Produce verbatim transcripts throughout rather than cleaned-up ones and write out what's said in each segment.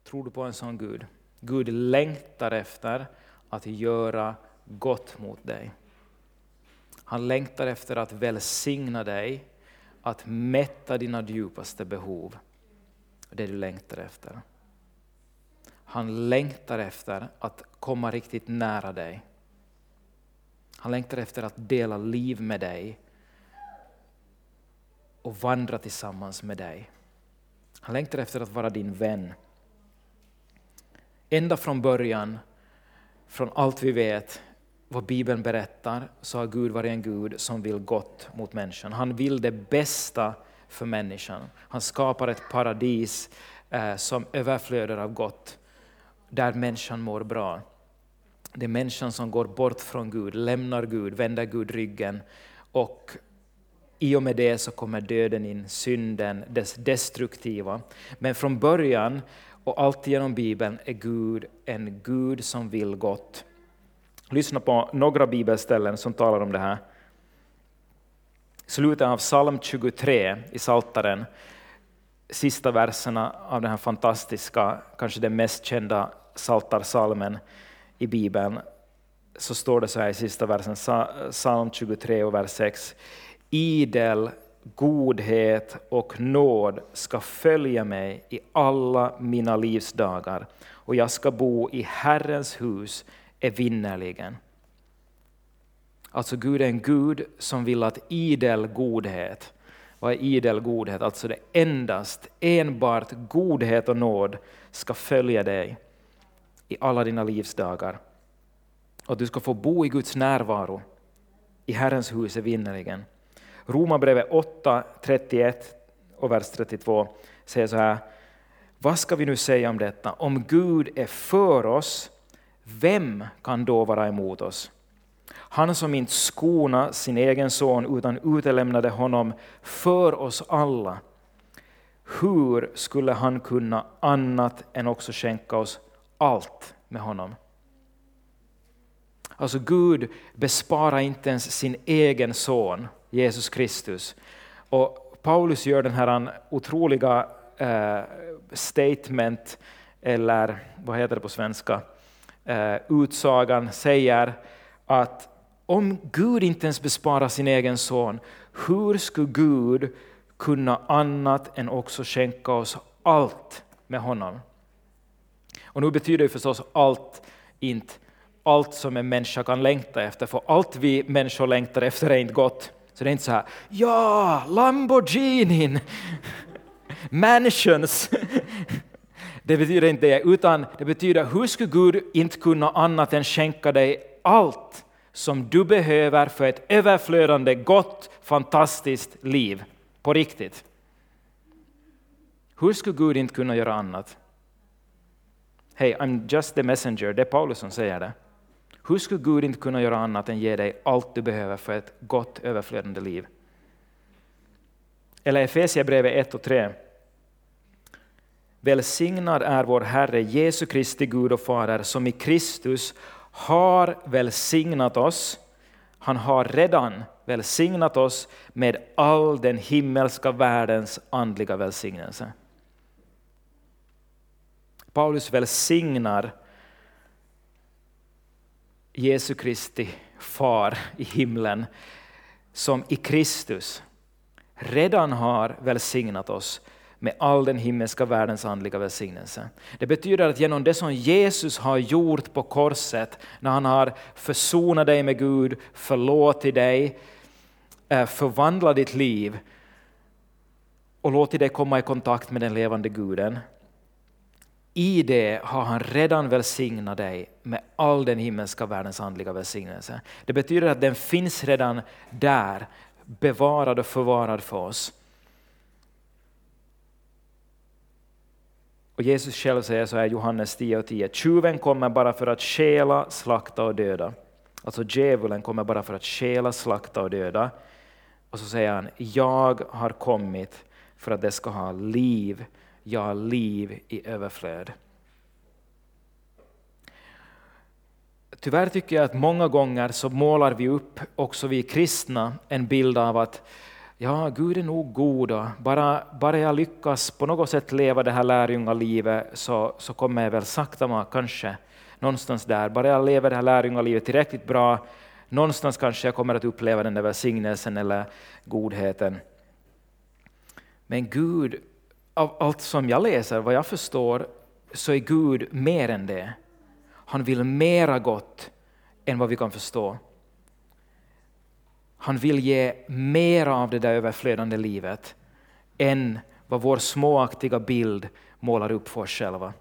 Tror du på en sån Gud? Gud längtar efter att göra gott mot dig. Han längtar efter att välsigna dig, att mätta dina djupaste behov. Det du längtar efter. Han längtar efter att komma riktigt nära dig. Han längtar efter att dela liv med dig och vandra tillsammans med dig. Han längtar efter att vara din vän. Ända från början, från allt vi vet, vad Bibeln berättar, så har Gud varit en Gud som vill gott mot människan. Han vill det bästa för människan. Han skapar ett paradis eh, som överflödar av gott, där människan mår bra. Det är människan som går bort från Gud, lämnar Gud, vänder Gud ryggen, och i och med det så kommer döden in, synden, dess destruktiva. Men från början och alltid genom Bibeln är Gud en Gud som vill gott. Lyssna på några bibelställen som talar om det här. Slutet av psalm tjugotre i Psaltaren, sista verserna av den här fantastiska, kanske den mest kända psaltarsalmen i Bibeln, så står det så här i sista versen, psalm tjugotre och vers sex. Idel godhet och nåd ska följa mig i alla mina livsdagar, och jag ska bo i Herrens hus evinnerligen. Alltså Gud är en Gud som vill att idel godhet, vad är idel godhet? Alltså det endast, enbart godhet och nåd ska följa dig i alla dina livsdagar. Och du ska få bo i Guds närvaro i Herrens hus evinnerligen. Romarbrevet åtta, trettioett och vers trettiotvå säger så här: vad ska vi nu säga om detta? Om Gud är för oss, vem kan då vara emot oss? Han som inte skona sin egen son utan utelämnade honom för oss alla. Hur skulle han kunna annat än också skänka oss allt med honom? Alltså Gud besparar inte ens sin egen son, Jesus Kristus. Och Paulus gör den här otroliga eh, statement, eller vad heter det på svenska, eh, utsagan, säger att om Gud inte ens besparar sin egen son, hur skulle Gud kunna annat än också skänka oss allt med honom? Och nu betyder det förstås allt inte allt som en människa kan längta efter, för allt vi människor längtar efter är inte gott. Så det är inte så här, ja, Lamborghini, mansions. Det betyder inte det, utan det betyder hur skulle Gud inte kunna annat än skänka dig allt som du behöver för ett överflödande, gott, fantastiskt liv på riktigt. Hur skulle Gud inte kunna göra annat? Hey, I'm just the messenger, det är Paulus som säger det. Hur skulle Gud inte kunna göra annat än ge dig allt du behöver för ett gott, överflödande liv? Eller Efesierbrevet ett och tre. Välsignad är vår Herre Jesu Kristi Gud och Fader, som i Kristus har välsignat oss. Han har redan välsignat oss med all den himmelska världens andliga välsignelse. Paulus välsignar Jesu Kristi far i himlen, som i Kristus redan har välsignat oss med all den himmelska världens andliga välsignelse. Det betyder att genom det som Jesus har gjort på korset, när han har försonat dig med Gud, förlåtit dig, förvandlat ditt liv och låtit dig komma i kontakt med den levande Guden, i det har han redan välsignat dig med all den himmelska världens andliga välsignelse. Det betyder att den finns redan där, bevarad och förvarad för oss. Och Jesus själv säger så här, Johannes tio och tio. Tjuven kommer bara för att stjäla, slakta och döda. Alltså djävulen kommer bara för att stjäla, slakta och döda. Och så säger han, jag har kommit för att det ska ha liv. Jag har liv i överflöd. Tyvärr tycker jag att många gånger så målar vi upp, också vi kristna, en bild av att ja, Gud är nog god och bara, bara jag lyckas på något sätt leva det här lärjungalivet så, så kommer jag väl sakta man kanske någonstans där. Bara jag lever det här lärjungalivet tillräckligt bra, någonstans kanske jag kommer att uppleva den där välsignelsen eller godheten. Men Gud, av allt som jag läser, vad jag förstår, så är Gud mer än det. Han vill mera gott än vad vi kan förstå. Han vill ge mer av det där överflödande livet än vad vår småaktiga bild målar upp för oss själva.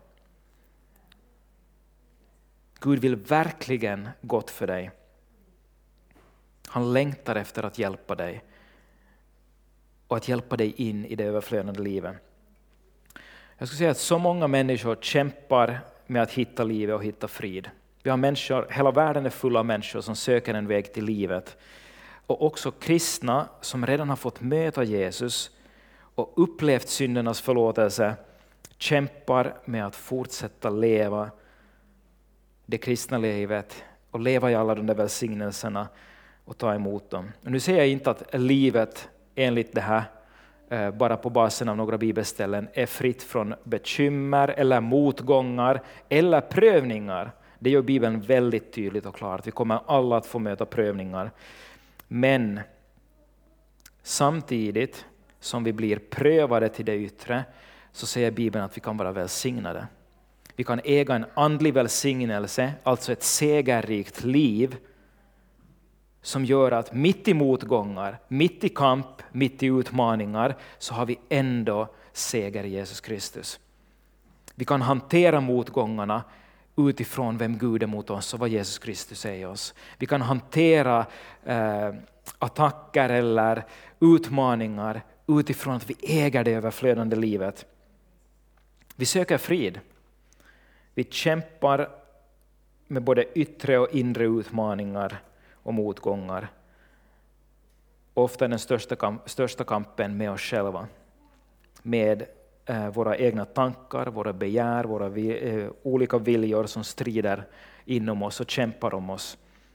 Gud vill verkligen gott för dig. Han längtar efter att hjälpa dig och att hjälpa dig in i det överflödande livet. Jag skulle säga att så många människor kämpar med att hitta livet och hitta frid. Vi har människor, hela världen är full av människor som söker en väg till livet. Och också kristna som redan har fått möta Jesus och upplevt syndernas förlåtelse kämpar med att fortsätta leva det kristna livet och leva i alla de där välsignelserna och ta emot dem. Och nu säger jag inte att livet enligt det här bara på basen av några bibelställen är fritt från bekymmer eller motgångar eller prövningar. Det gör Bibeln väldigt tydligt och klart. Vi kommer alla att få möta prövningar. Men samtidigt som vi blir prövade till det yttre så säger Bibeln att vi kan vara välsignade. Vi kan äga en andlig välsignelse, alltså ett segerrikt liv som gör att mitt i motgångar, mitt i kamp, mitt i utmaningar så har vi ändå seger i Jesus Kristus. Vi kan hantera motgångarna utifrån vem Gud är mot oss och vad Jesus Kristus är i oss. Vi kan hantera eh, attacker eller utmaningar utifrån att vi äger det överflödande livet. Vi söker frid. Vi kämpar med både yttre och inre utmaningar och motgångar. Ofta är den största, kamp, största kampen med oss själva. Med eh, våra egna tankar, våra begär, våra vi, eh, olika viljor som strider inom oss och kämpar om oss.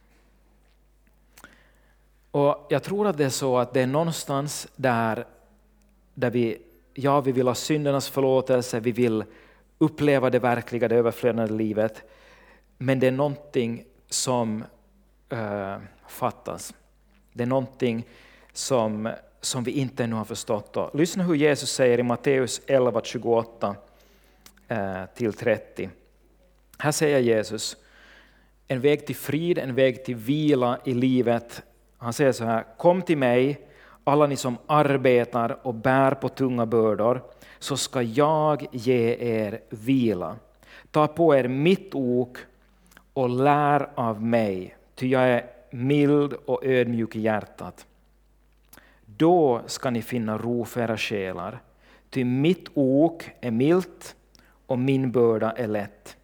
Och jag tror att det är så att det är någonstans där, där vi, ja, vi vill ha syndernas förlåtelse, vi vill uppleva det verkliga, det överflödande livet. Men det är någonting som uh, fattas. Det är någonting som, som vi inte ännu har förstått. Och lyssna hur Jesus säger i Matteus elva tjugoåtta till trettio. Här säger Jesus, en väg till frid, en väg till vila i livet. Han säger så här, kom till mig, alla ni som arbetar och bär på tunga bördor, så ska jag ge er vila. Ta på er mitt ok och lär av mig, ty jag är mild och ödmjuk i hjärtat. Då ska ni finna ro för era själar, ty mitt ok är milt och min börda är lätt.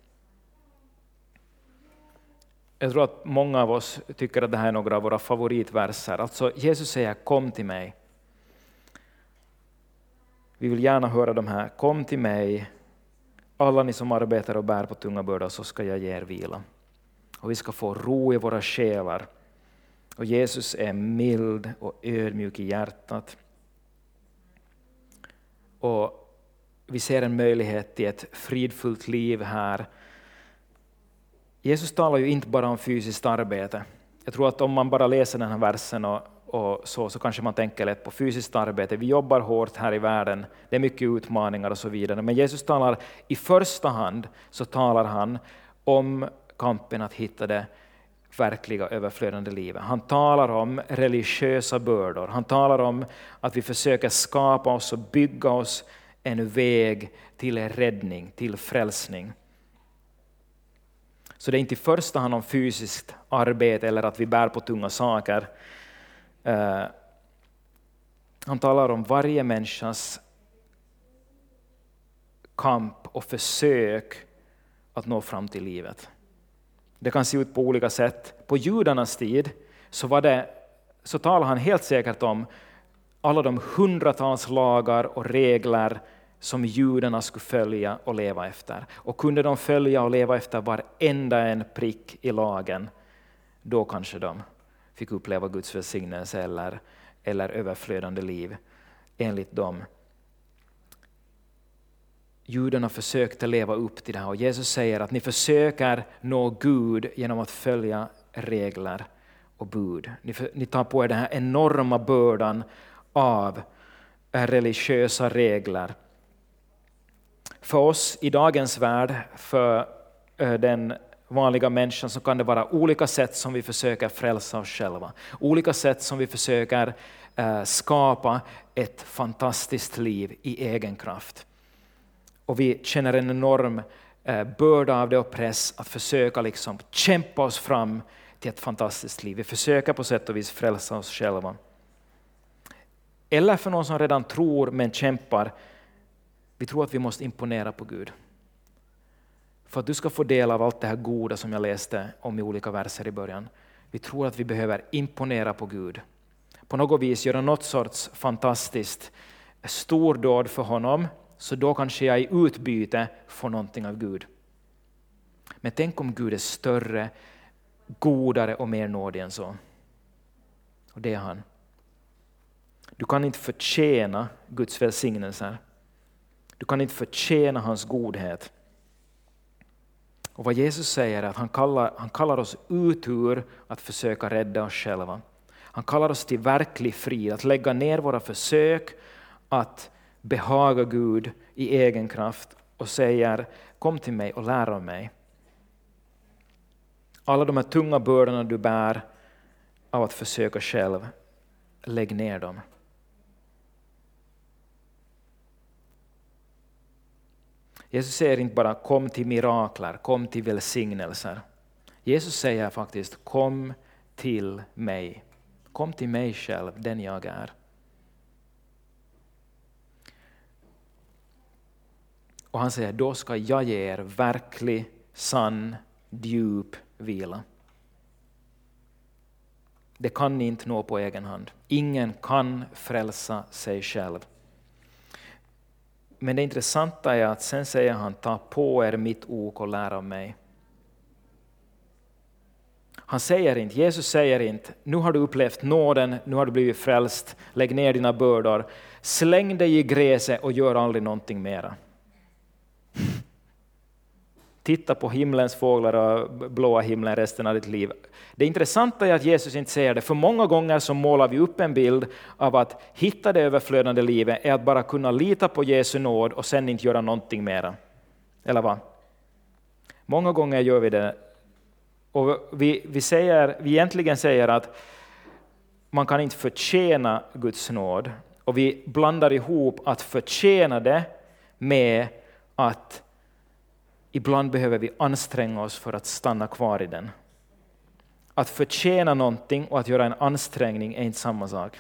Jag tror att många av oss tycker att det här är några av våra favoritverser. Alltså Jesus säger, kom till mig. Vi vill gärna höra de här, kom till mig, alla ni som arbetar och bär på tunga bördor, så ska jag ge er vila. Och vi ska få ro i våra själar. Och Jesus är mild och ödmjuk i hjärtat. Och vi ser en möjlighet till ett fridfullt liv här. Jesus talar ju inte bara om fysiskt arbete. Jag tror att om man bara läser den här versen och, och så, så kanske man tänker lätt på fysiskt arbete. Vi jobbar hårt här i världen, det är mycket utmaningar och så vidare. Men Jesus talar i första hand, så talar han om kampen att hitta det verkliga överflödande livet. Han talar om religiösa bördor. Han talar om att vi försöker skapa oss och bygga oss en väg till räddning, till frälsning. Så det är inte i första hand om fysiskt arbete eller att vi bär på tunga saker. Uh, han talar om varje människas kamp och försök att nå fram till livet. Det kan se ut på olika sätt. På judarnas tid så, var det, så talar han helt säkert om alla de hundratals lagar och regler som judarna skulle följa och leva efter. Och kunde de följa och leva efter varenda en prick i lagen, då kanske de fick uppleva Guds välsignelse eller eller överflödande liv enligt dem. Judarna försökte leva upp till det här och Jesus säger att ni försöker nå Gud genom att följa regler och bud. Ni, för, ni tar på er den här enorma bördan av religiösa regler. För oss i dagens värld, för den vanliga människan, så kan det vara olika sätt som vi försöker frälsa oss själva. Olika sätt som vi försöker eh, skapa ett fantastiskt liv i egen kraft. Och vi känner en enorm eh, börda av det och press att försöka liksom kämpa oss fram till ett fantastiskt liv. Vi försöker på sätt och vis frälsa oss själva. Eller för någon som redan tror men kämpar, vi tror att vi måste imponera på Gud. För att du ska få del av allt det här goda som jag läste om i olika verser i början. Vi tror att vi behöver imponera på Gud. På något vis göra något sorts fantastiskt stordåd för honom. Så då kanske jag i utbyte får någonting av Gud. Men tänk om Gud är större, godare och mer nådig än så. Och det är han. Du kan inte förtjäna Guds välsignelser. Du kan inte förtjäna hans godhet. Och vad Jesus säger är att han kallar, han kallar oss ut ur att försöka rädda oss själva. Han kallar oss till verklig frid, att lägga ner våra försök att behaga Gud i egen kraft och säger: kom till mig och lär av mig. Alla de här tunga bördorna du bär av att försöka själv, lägg ner dem. Jesus säger inte bara kom till mirakler, kom till välsignelser. Jesus säger faktiskt kom till mig. Kom till mig själv, den jag är. Och han säger, då ska jag ge er verklig, sann, djup vila. Det kan ni inte nå på egen hand. Ingen kan frälsa sig själv. Men det intressanta är att sen säger han, ta på er mitt ok och lär av mig. Han säger inte, Jesus säger inte, nu har du upplevt nåden, nu har du blivit frälst, lägg ner dina bördor, släng dig i gräset och gör aldrig någonting mera. Titta på himlens fåglar och blåa himlen resten av ditt liv. Det intressanta är att Jesus inte säger det, för många gånger så målar vi upp en bild av att hitta det överflödande livet är att bara kunna lita på Jesu nåd och sen inte göra någonting mera. Eller vad? Många gånger gör vi det. Och vi, vi, säger, vi egentligen säger att man kan inte förtjäna Guds nåd. Och vi blandar ihop att förtjäna det med att ibland behöver vi anstränga oss för att stanna kvar i den. Att förtjäna någonting och att göra en ansträngning är inte samma sak.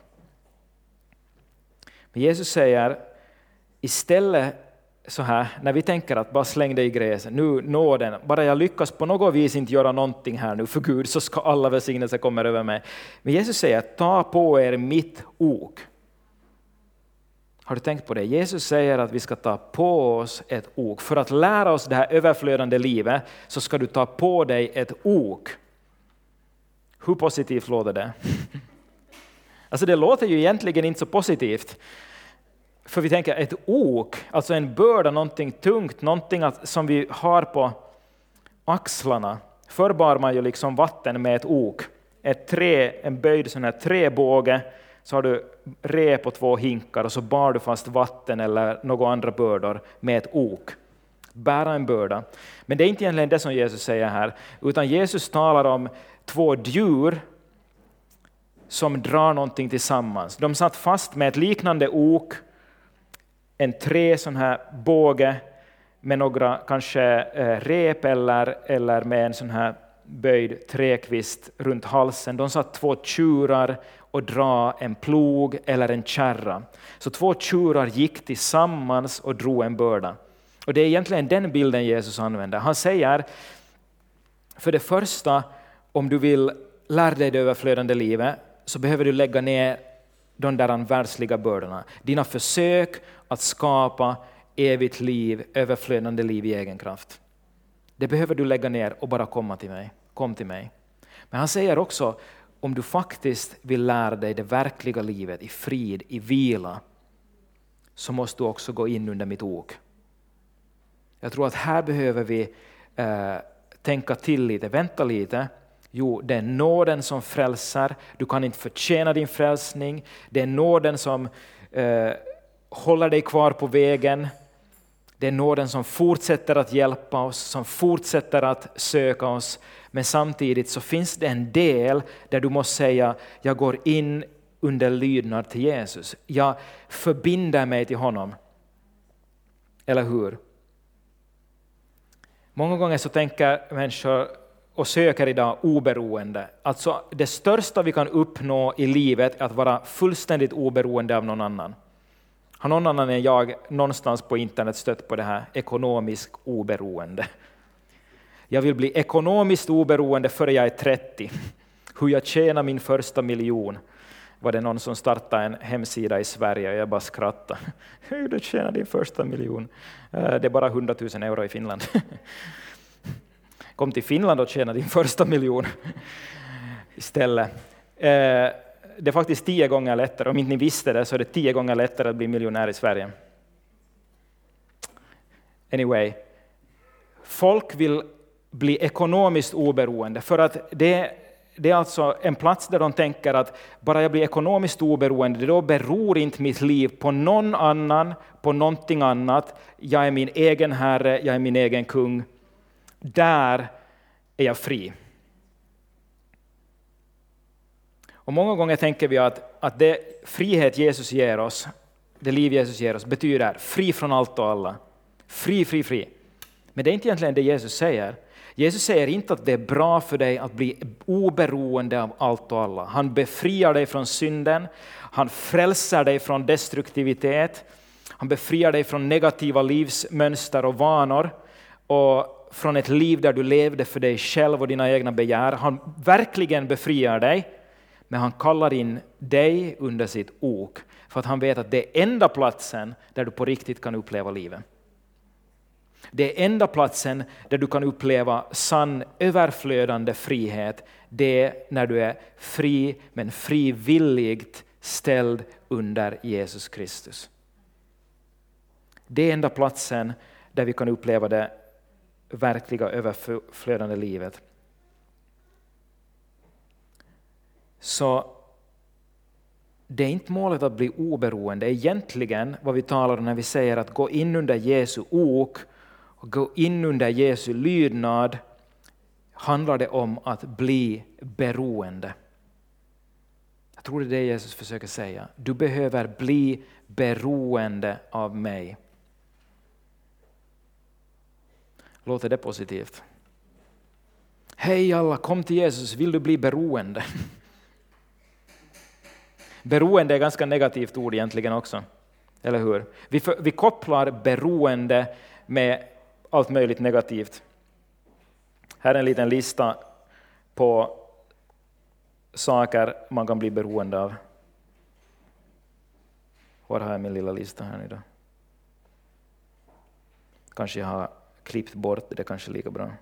Men Jesus säger istället så här, när vi tänker att bara släng dig i gräset, nu nåden, bara jag lyckas på något vis inte göra någonting här nu för Gud så ska alla välsignelser komma över mig. Men Jesus säger, ta på er mitt ok. Har du tänkt på det? Jesus säger att vi ska ta på oss ett ok. För att lära oss det här överflödande livet så ska du ta på dig ett ok. Hur positivt låter det? Alltså det låter ju egentligen inte så positivt. För vi tänker ett ok, alltså en börda, någonting tungt, någonting att, som vi har på axlarna. Förr bar man ju liksom vatten med ett ok. Ett trä, en böjd sån här träbåge, så har du rep på två hinkar och så bar du fast vatten eller några andra bördor med ett ok. Bära en börda. Men det är inte egentligen det som Jesus säger här, utan Jesus talar om två djur som drar någonting tillsammans. De satt fast med ett liknande ok, en trä sån här båge med några kanske eh, rep eller, eller med en sån här böjd träkvist runt halsen. De satt två tjurar och dra en plog eller en kärra. Så två tjurar gick tillsammans och drog en börda. Och det är egentligen den bilden Jesus använder. Han säger, för det första, om du vill lära dig det överflödande livet så behöver du lägga ner de där världsliga bördorna. Dina försök att skapa evigt liv, överflödande liv i egen kraft. Det behöver du lägga ner och bara komma till mig. Kom till mig. Men han säger också, om du faktiskt vill lära dig det verkliga livet i frid, i vila, så måste du också gå in under mitt ok. Jag tror att här behöver vi eh, tänka till lite, vänta lite. Jo, det är nåden som frälsar. Du kan inte förtjäna din frälsning. Det är nåden som eh, håller dig kvar på vägen. Det är nåden som fortsätter att hjälpa oss, som fortsätter att söka oss. Men samtidigt så finns det en del där du måste säga, jag går in under lydnad till Jesus. Jag förbinder mig till honom. Eller hur? Många gånger så tänker människor och söker idag oberoende. Alltså det största vi kan uppnå i livet är att vara fullständigt oberoende av någon annan. Har någon annan än jag någonstans på internet stött på det här ekonomiskt oberoende? Jag vill bli ekonomiskt oberoende före jag är trettio. Hur jag tjänar min första miljon. Var det någon som startade en hemsida i Sverige och jag bara skrattade. Hur du tjänar din första miljon? Det är bara hundratusen euro i Finland. Kom till Finland och tjäna din första miljon istället. Det är faktiskt tio gånger lättare. Om inte ni visste det så är det tio gånger lättare att bli miljonär i Sverige. Anyway, folk vill bli ekonomiskt oberoende för att det, det är alltså en plats där de tänker att bara jag blir ekonomiskt oberoende, då beror inte mitt liv på någon annan, på någonting annat. Jag är min egen herre, jag är min egen kung. Där är jag fri. Och många gånger tänker vi att, att det frihet Jesus ger oss, det liv Jesus ger oss, betyder fri från allt och alla. Fri, fri, fri. Men det är inte egentligen det Jesus säger. Jesus säger inte att det är bra för dig att bli oberoende av allt och alla. Han befriar dig från synden. Han frälser dig från destruktivitet. Han befriar dig från negativa livsmönster och vanor. Och från ett liv där du levde för dig själv och dina egna begär. Han verkligen befriar dig. Men han kallar in dig under sitt ok. För att han vet att det är enda platsen där du på riktigt kan uppleva livet. Det är enda platsen där du kan uppleva sann överflödande frihet. Det är när du är fri men frivilligt ställd under Jesus Kristus. Det är enda platsen där vi kan uppleva det verkliga överflödande livet. Så det är inte målet att bli oberoende. Egentligen vad vi talar om när vi säger att gå in under Jesu ok och gå in under Jesu lydnad, handlar det om att bli beroende. Jag tror det är det Jesus försöker säga. Du behöver bli beroende av mig. Låter det positivt? Hej alla, kom till Jesus, vill du bli beroende? Beroende är ett ganska negativt ord egentligen också. Eller hur? Vi, för, vi kopplar beroende med allt möjligt negativt. Här är en liten lista på saker man kan bli beroende av. Var har jag min lilla lista här nu då? Kanske jag har klippt bort det, det kanske är lika bra.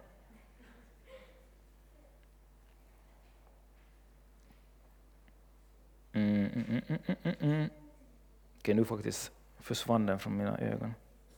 Mm, mm, mm, mm, mm. Okej, nu faktiskt försvann den från mina ögon.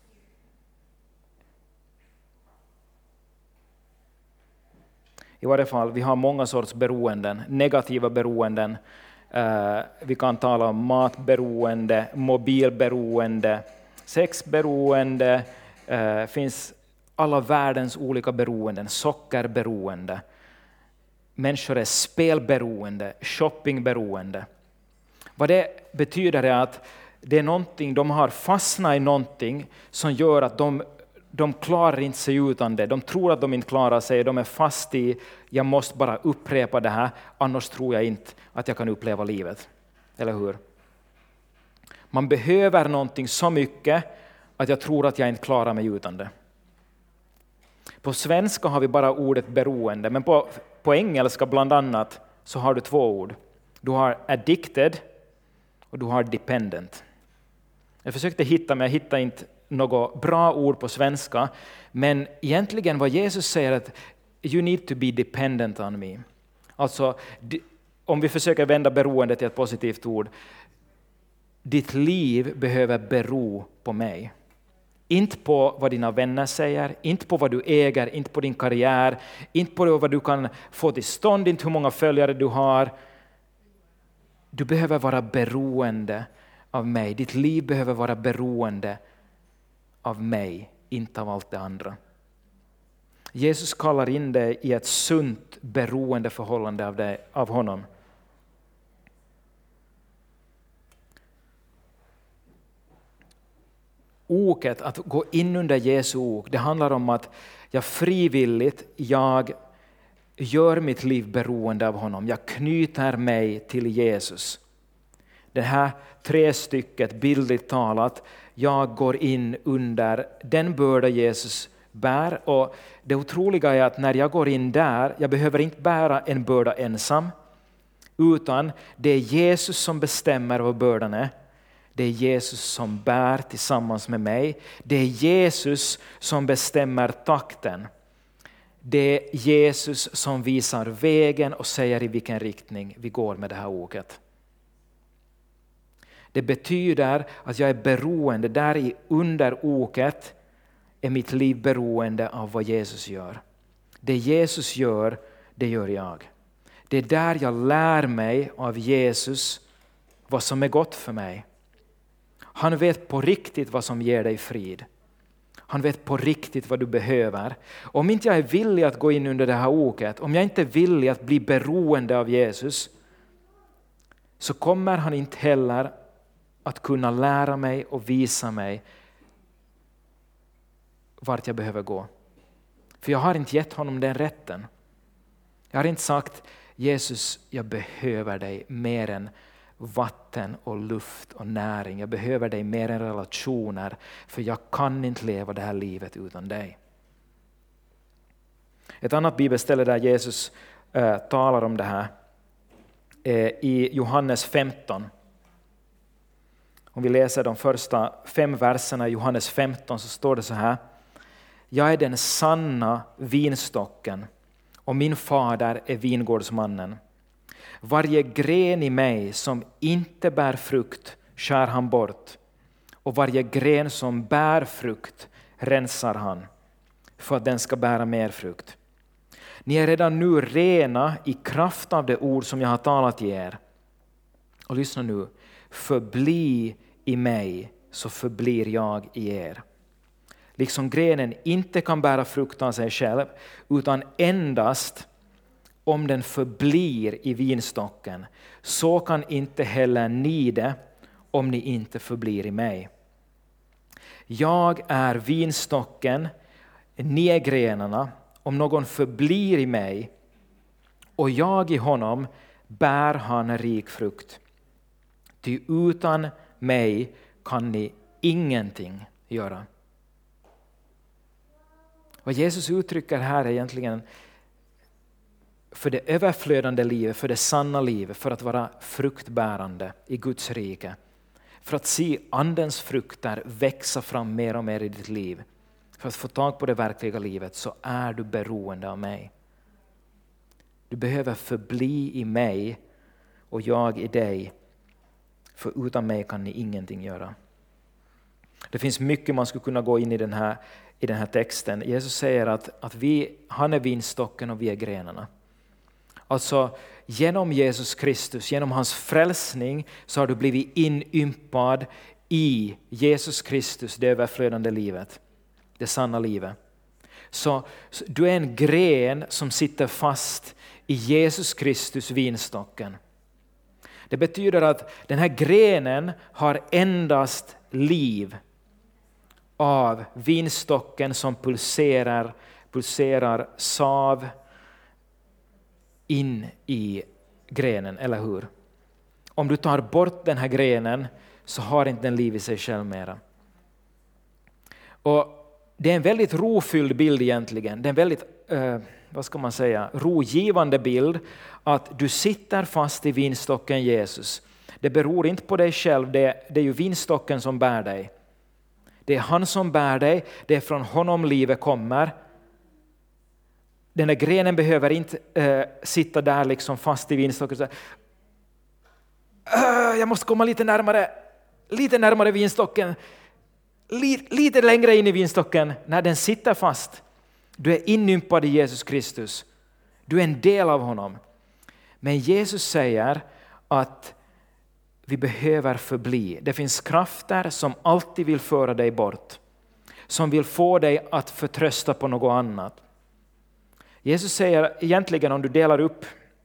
I varje fall, vi har många sorts beroenden, negativa beroenden. Uh, vi kan tala om matberoende, mobilberoende, sexberoende. Uh, finns alla världens olika beroenden, sockerberoende. Människor är spelberoende, shoppingberoende. Vad det betyder är att det är någonting, de har fastnat i någonting som gör att de, de klarar inte sig utan det. De tror att de inte klarar sig, de är fast i, jag måste bara upprepa det här, annars tror jag inte att jag kan uppleva livet. Eller hur? Man behöver någonting så mycket att jag tror att jag inte klarar mig utan det. På svenska har vi bara ordet beroende, men på, på engelska bland annat så har du två ord. Du har addicted och du har dependent. Jag försökte hitta, men jag hittade inte något bra ord på svenska. Men egentligen vad Jesus säger att you need to be dependent on me. Alltså, om vi försöker vända beroende till ett positivt ord. Ditt liv behöver bero på mig. Inte på vad dina vänner säger, inte på vad du äger, inte på din karriär, inte på vad du kan få till stånd, inte hur många följare du har. Du behöver vara beroende av mig. Ditt liv behöver vara beroende av mig, inte av allt det andra. Jesus kallar in dig i ett sunt beroendeförhållande av, dig, av honom. Oket, att gå in under Jesu ok, det handlar om att jag frivilligt, jag gör mitt liv beroende av honom. Jag knyter mig till Jesus. Det här tre stycket, bildligt talat, jag går in under den börda Jesus bär. Och det otroliga är att när jag går in där, jag behöver inte bära en börda ensam, utan det är Jesus som bestämmer vad bördan är. Det är Jesus som bär tillsammans med mig. Det är Jesus som bestämmer takten. Det är Jesus som visar vägen och säger i vilken riktning vi går med det här oket. Det betyder att jag är beroende, där i under oket är mitt liv beroende av vad Jesus gör. Det Jesus gör, det gör jag. Det är där jag lär mig av Jesus vad som är gott för mig. Han vet på riktigt vad som ger dig frid. Han vet på riktigt vad du behöver. Om inte jag är villig att gå in under det här oket, om jag inte är villig att bli beroende av Jesus, så kommer han inte heller att kunna lära mig och visa mig vart jag behöver gå. För jag har inte gett honom den rätten. Jag har inte sagt, Jesus, jag behöver dig mer än vatten och luft och näring. Jag behöver dig mer än relationer, för jag kan inte leva det här livet utan dig. Ett annat bibelställe där Jesus äh, talar om det här är i Johannes femton. Om vi läser de första fem verserna i Johannes femton så står det så här. Jag är den sanna vinstocken och min fader är vingårdsmannen. Varje gren i mig som inte bär frukt skär han bort, och varje gren som bär frukt rensar han för att den ska bära mer frukt. Ni är redan nu rena i kraft av det ord som jag har talat till er. Och lyssna nu, förbli i mig så förblir jag i er. Liksom grenen inte kan bära frukt av sig själv, utan endast om den förblir i vinstocken, så kan inte heller ni det om ni inte förblir i mig. Jag är vinstocken, ni är grenarna. Om någon förblir i mig och jag i honom, bär han rik frukt. Ty utan mig kan ni ingenting göra. Vad Jesus uttrycker här är egentligen för det överflödande livet, för det sanna livet, för att vara fruktbärande i Guds rike. För att se andens frukter växa fram mer och mer i ditt liv. För att få tag på det verkliga livet så är du beroende av mig. Du behöver förbli i mig och jag i dig. För utan mig kan ni ingenting göra. Det finns mycket man skulle kunna gå in i den här, i den här texten. Jesus säger att, att vi, han är vinstocken och vi är grenarna. Alltså genom Jesus Kristus, genom hans frälsning så har du blivit inympad i Jesus Kristus, det överflödande livet, det sanna livet. Så, så du är en gren som sitter fast i Jesus Kristus, vinstocken. Det betyder att den här grenen har endast liv av vinstocken som pulserar, pulserar sav in i grenen, eller hur? Om du tar bort den här grenen så har inte den liv i sig själv mera. Och det är en väldigt rofylld bild egentligen. Det är en väldigt, eh, vad ska man säga, rogivande bild att du sitter fast i vinstocken Jesus. Det beror inte på dig själv, det, det är ju vinstocken som bär dig. Det är han som bär dig, det är från honom livet kommer. Den där grenen behöver inte äh, sitta där liksom fast i vinstocken. jag måste komma lite närmare, lite närmare vinstocken, lite, lite längre in i vinstocken. När den sitter fast. Du är inympad i Jesus Kristus. Du är en del av honom. Men Jesus säger att vi behöver förbli. Det finns krafter som alltid vill föra dig bort. Som vill få dig att förtrösta på något annat. Jesus säger egentligen, om du delar upp,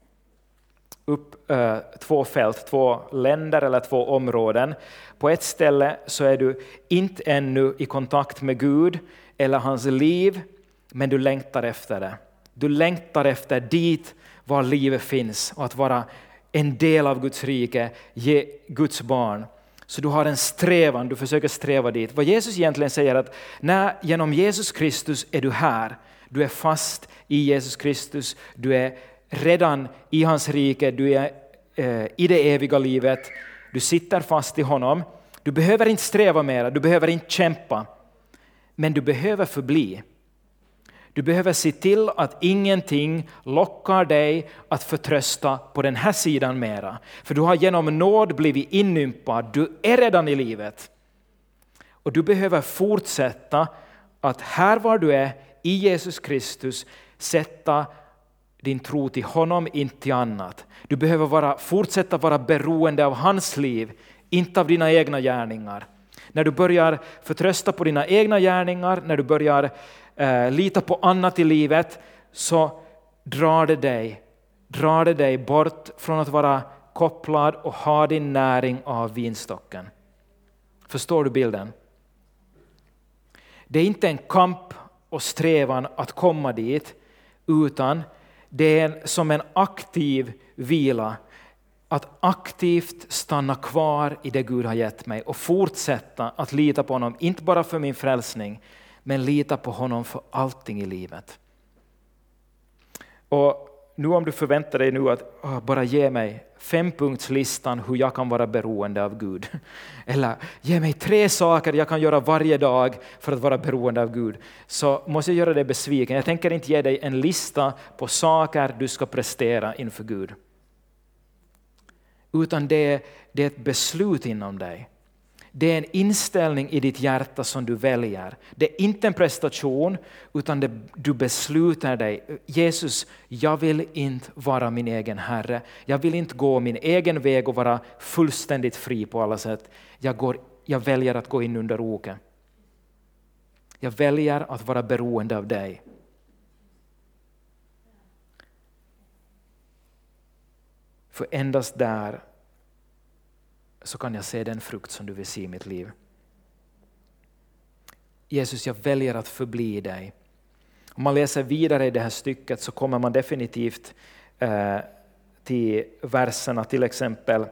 upp äh, två fält, två länder eller två områden. På ett ställe så är du inte ännu i kontakt med Gud eller hans liv, men du längtar efter det. Du längtar efter dit var livet finns och att vara en del av Guds rike, ge Guds barn. Så du har en strävan, du försöker sträva dit. Vad Jesus egentligen säger är att när, genom Jesus Kristus är du här. Du är fast i Jesus Kristus, du är redan i hans rike, du är eh, i det eviga livet. Du sitter fast i honom. Du behöver inte sträva mer, du behöver inte kämpa. Men du behöver förbli. Du behöver se till att ingenting lockar dig att förtrösta på den här sidan mera. För du har genom nåd blivit inympad, du är redan i livet. Och du behöver fortsätta att här var du är i Jesus Kristus sätta din tro till honom, inte till annat. Du behöver vara, fortsätta vara beroende av hans liv, inte av dina egna gärningar. När du börjar förtrösta på dina egna gärningar, när du börjar eh, lita på annat i livet, så drar det dig, drar det dig bort från att vara kopplad och ha din näring av vinstocken. Förstår du bilden? Det är inte en kamp och strävan att komma dit, utan det är som en aktiv vila. Att aktivt stanna kvar i det Gud har gett mig och fortsätta att lita på honom, inte bara för min frälsning, men lita på honom för allting i livet. Och nu om du förväntar dig nu att oh, bara ge mig fempunktslistan hur jag kan vara beroende av Gud. Eller ge mig tre saker jag kan göra varje dag för att vara beroende av Gud. Så måste jag göra dig besviken. Jag tänker inte ge dig en lista på saker du ska prestera inför Gud. Utan det är, det är ett beslut inom dig. Det är en inställning i ditt hjärta som du väljer. Det är inte en prestation, utan det, du beslutar dig. Jesus, jag vill inte vara min egen herre. Jag vill inte gå min egen väg och vara fullständigt fri på alla sätt. Jag, går, jag väljer att gå in under oket. Jag väljer att vara beroende av dig. För endast där så kan jag se den frukt som du vill se i mitt liv. Jesus, jag väljer att förbli dig. Om man läser vidare i det här stycket så kommer man definitivt eh, till verserna, till exempel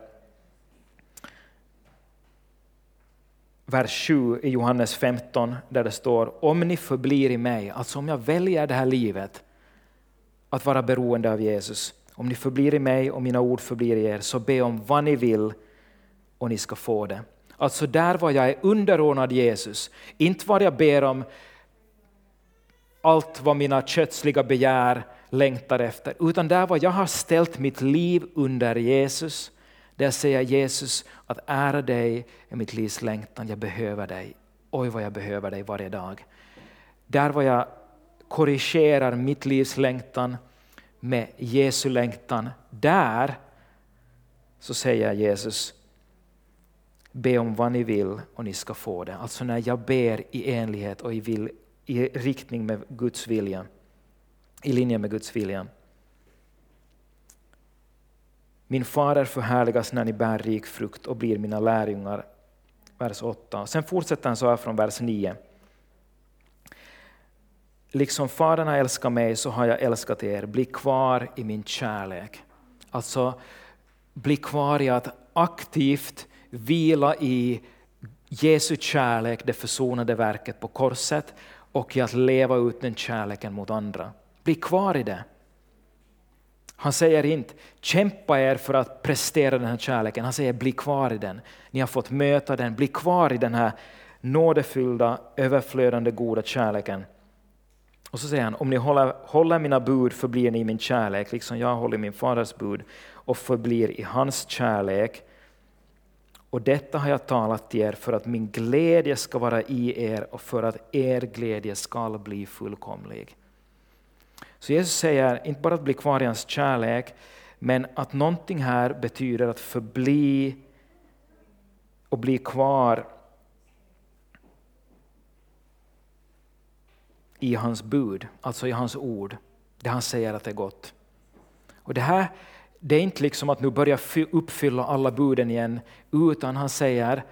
vers sju i Johannes femton, där det står: om ni förblir i mig, alltså om jag väljer det här livet att vara beroende av Jesus, om ni förblir i mig och mina ord förblir i er, så be om vad ni vill och ni ska få det. Alltså där var jag är underordnad Jesus. Inte vad jag ber om allt vad mina kötsliga begär längtar efter. Utan där var jag har ställt mitt liv under Jesus. Där säger Jesus att ära dig är mitt livs längtan. Jag behöver dig. Oj vad jag behöver dig varje dag. Där var jag korrigerar mitt livs längtan med Jesu längtan. Där så säger Jesus: be om vad ni vill och ni ska få det. Alltså när jag ber i enlighet och i, vill, i riktning med Guds vilja. I linje med Guds vilja. Min fader förhärligas när ni bär rik frukt och blir mina lärjungar. Vers åtta. Sen fortsätter han så här från vers nio. Liksom Fadern har älskat mig så har jag älskat er. Bli kvar i min kärlek. Alltså bli kvar i att aktivt vila i Jesu kärlek, det försonade verket på korset, och i att leva ut den kärleken mot andra. Bli kvar i det. Han säger inte kämpa er för att prestera den här kärleken. Han säger bli kvar i den. Ni har fått möta den. Bli kvar i den här nådefyllda, överflödande goda kärleken. Och så säger han: om ni håller, håller mina bud förblir ni i min kärlek, liksom jag håller min faders bud och förblir i hans kärlek. Och detta har jag talat till er för att min glädje ska vara i er och för att er glädje ska bli fullkomlig. Så Jesus säger inte bara att bli kvar i hans kärlek, men att någonting här betyder att förbli och bli kvar i hans bud, alltså i hans ord, det han säger att det är gott. Och det här, det är inte liksom att nu börja uppfylla alla buden igen, utan han säger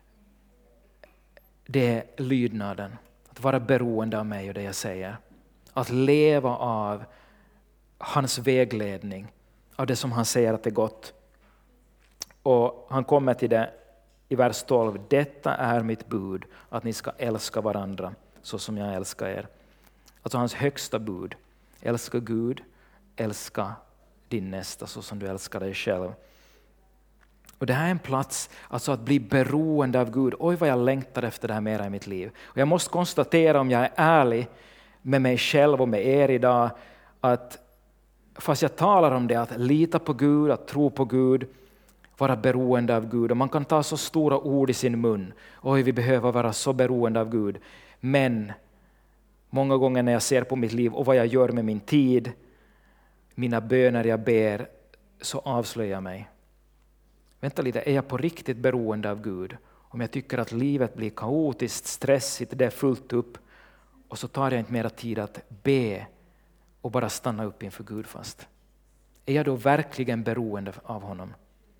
det är lydnaden, att vara beroende av mig och det jag säger. Att leva av hans vägledning, av det som han säger att det är gott. Och han kommer till det i vers tolv. Detta är mitt bud, att ni ska älska varandra så som jag älskar er. Alltså hans högsta bud. Älska Gud, älska din nästa så som du älskar dig själv. Och det här är en plats, alltså att bli beroende av Gud. Oj vad jag längtar efter det här mera i mitt liv. Och jag måste konstatera, om jag är ärlig med mig själv och med er idag, att fast jag talar om det, att lita på Gud, att tro på Gud, vara beroende av Gud. Och man kan ta så stora ord i sin mun. Oj, vi behöver vara så beroende av Gud. Men många gånger när jag ser på mitt liv och vad jag gör med min tid, mina böner jag ber, så avslöjar jag mig. Vänta lite, är jag på riktigt beroende av Gud? Om jag tycker att livet blir kaotiskt, stressigt, det är fullt upp, och så tar jag inte mera tid att be och bara stanna upp inför Gud fast. Är jag då verkligen beroende av honom?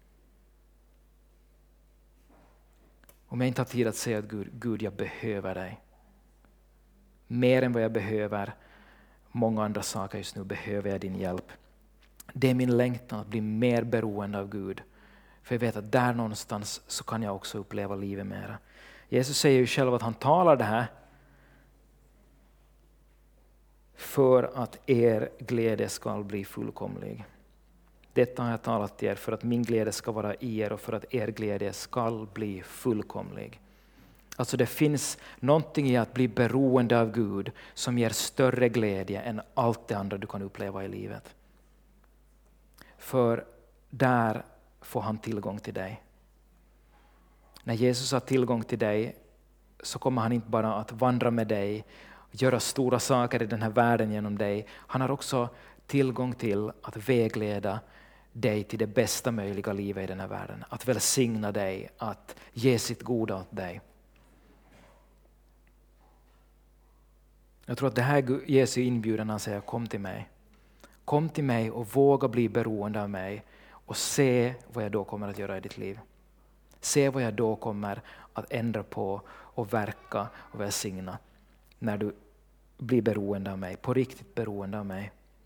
Om jag inte har tid att säga att Gud, Gud jag behöver dig. Mer än vad jag behöver många andra saker just nu behöver jag din hjälp. Det är min längtan att bli mer beroende av Gud. För jag vet att där någonstans så kan jag också uppleva livet mera. Jesus säger ju själv att han talar det här för att er glädje ska bli fullkomlig. Detta har jag talat till er för att min glädje ska vara i er och för att er glädje ska bli fullkomlig. Alltså det finns någonting i att bli beroende av Gud som ger större glädje än allt det andra du kan uppleva i livet. För där får han tillgång till dig. När Jesus har tillgång till dig så kommer han inte bara att vandra med dig, göra stora saker i den här världen genom dig. Han har också tillgång till att vägleda dig till det bästa möjliga livet i den här världen. Att välsigna dig, att ge sitt goda åt dig. Jag tror att det här Jesu inbjudan, han säger kom till mig. Kom till mig och våga bli beroende av mig och se vad jag då kommer att göra i ditt liv. Se vad jag då kommer att ändra på och verka och välsigna när du blir beroende av mig, på riktigt beroende av mig.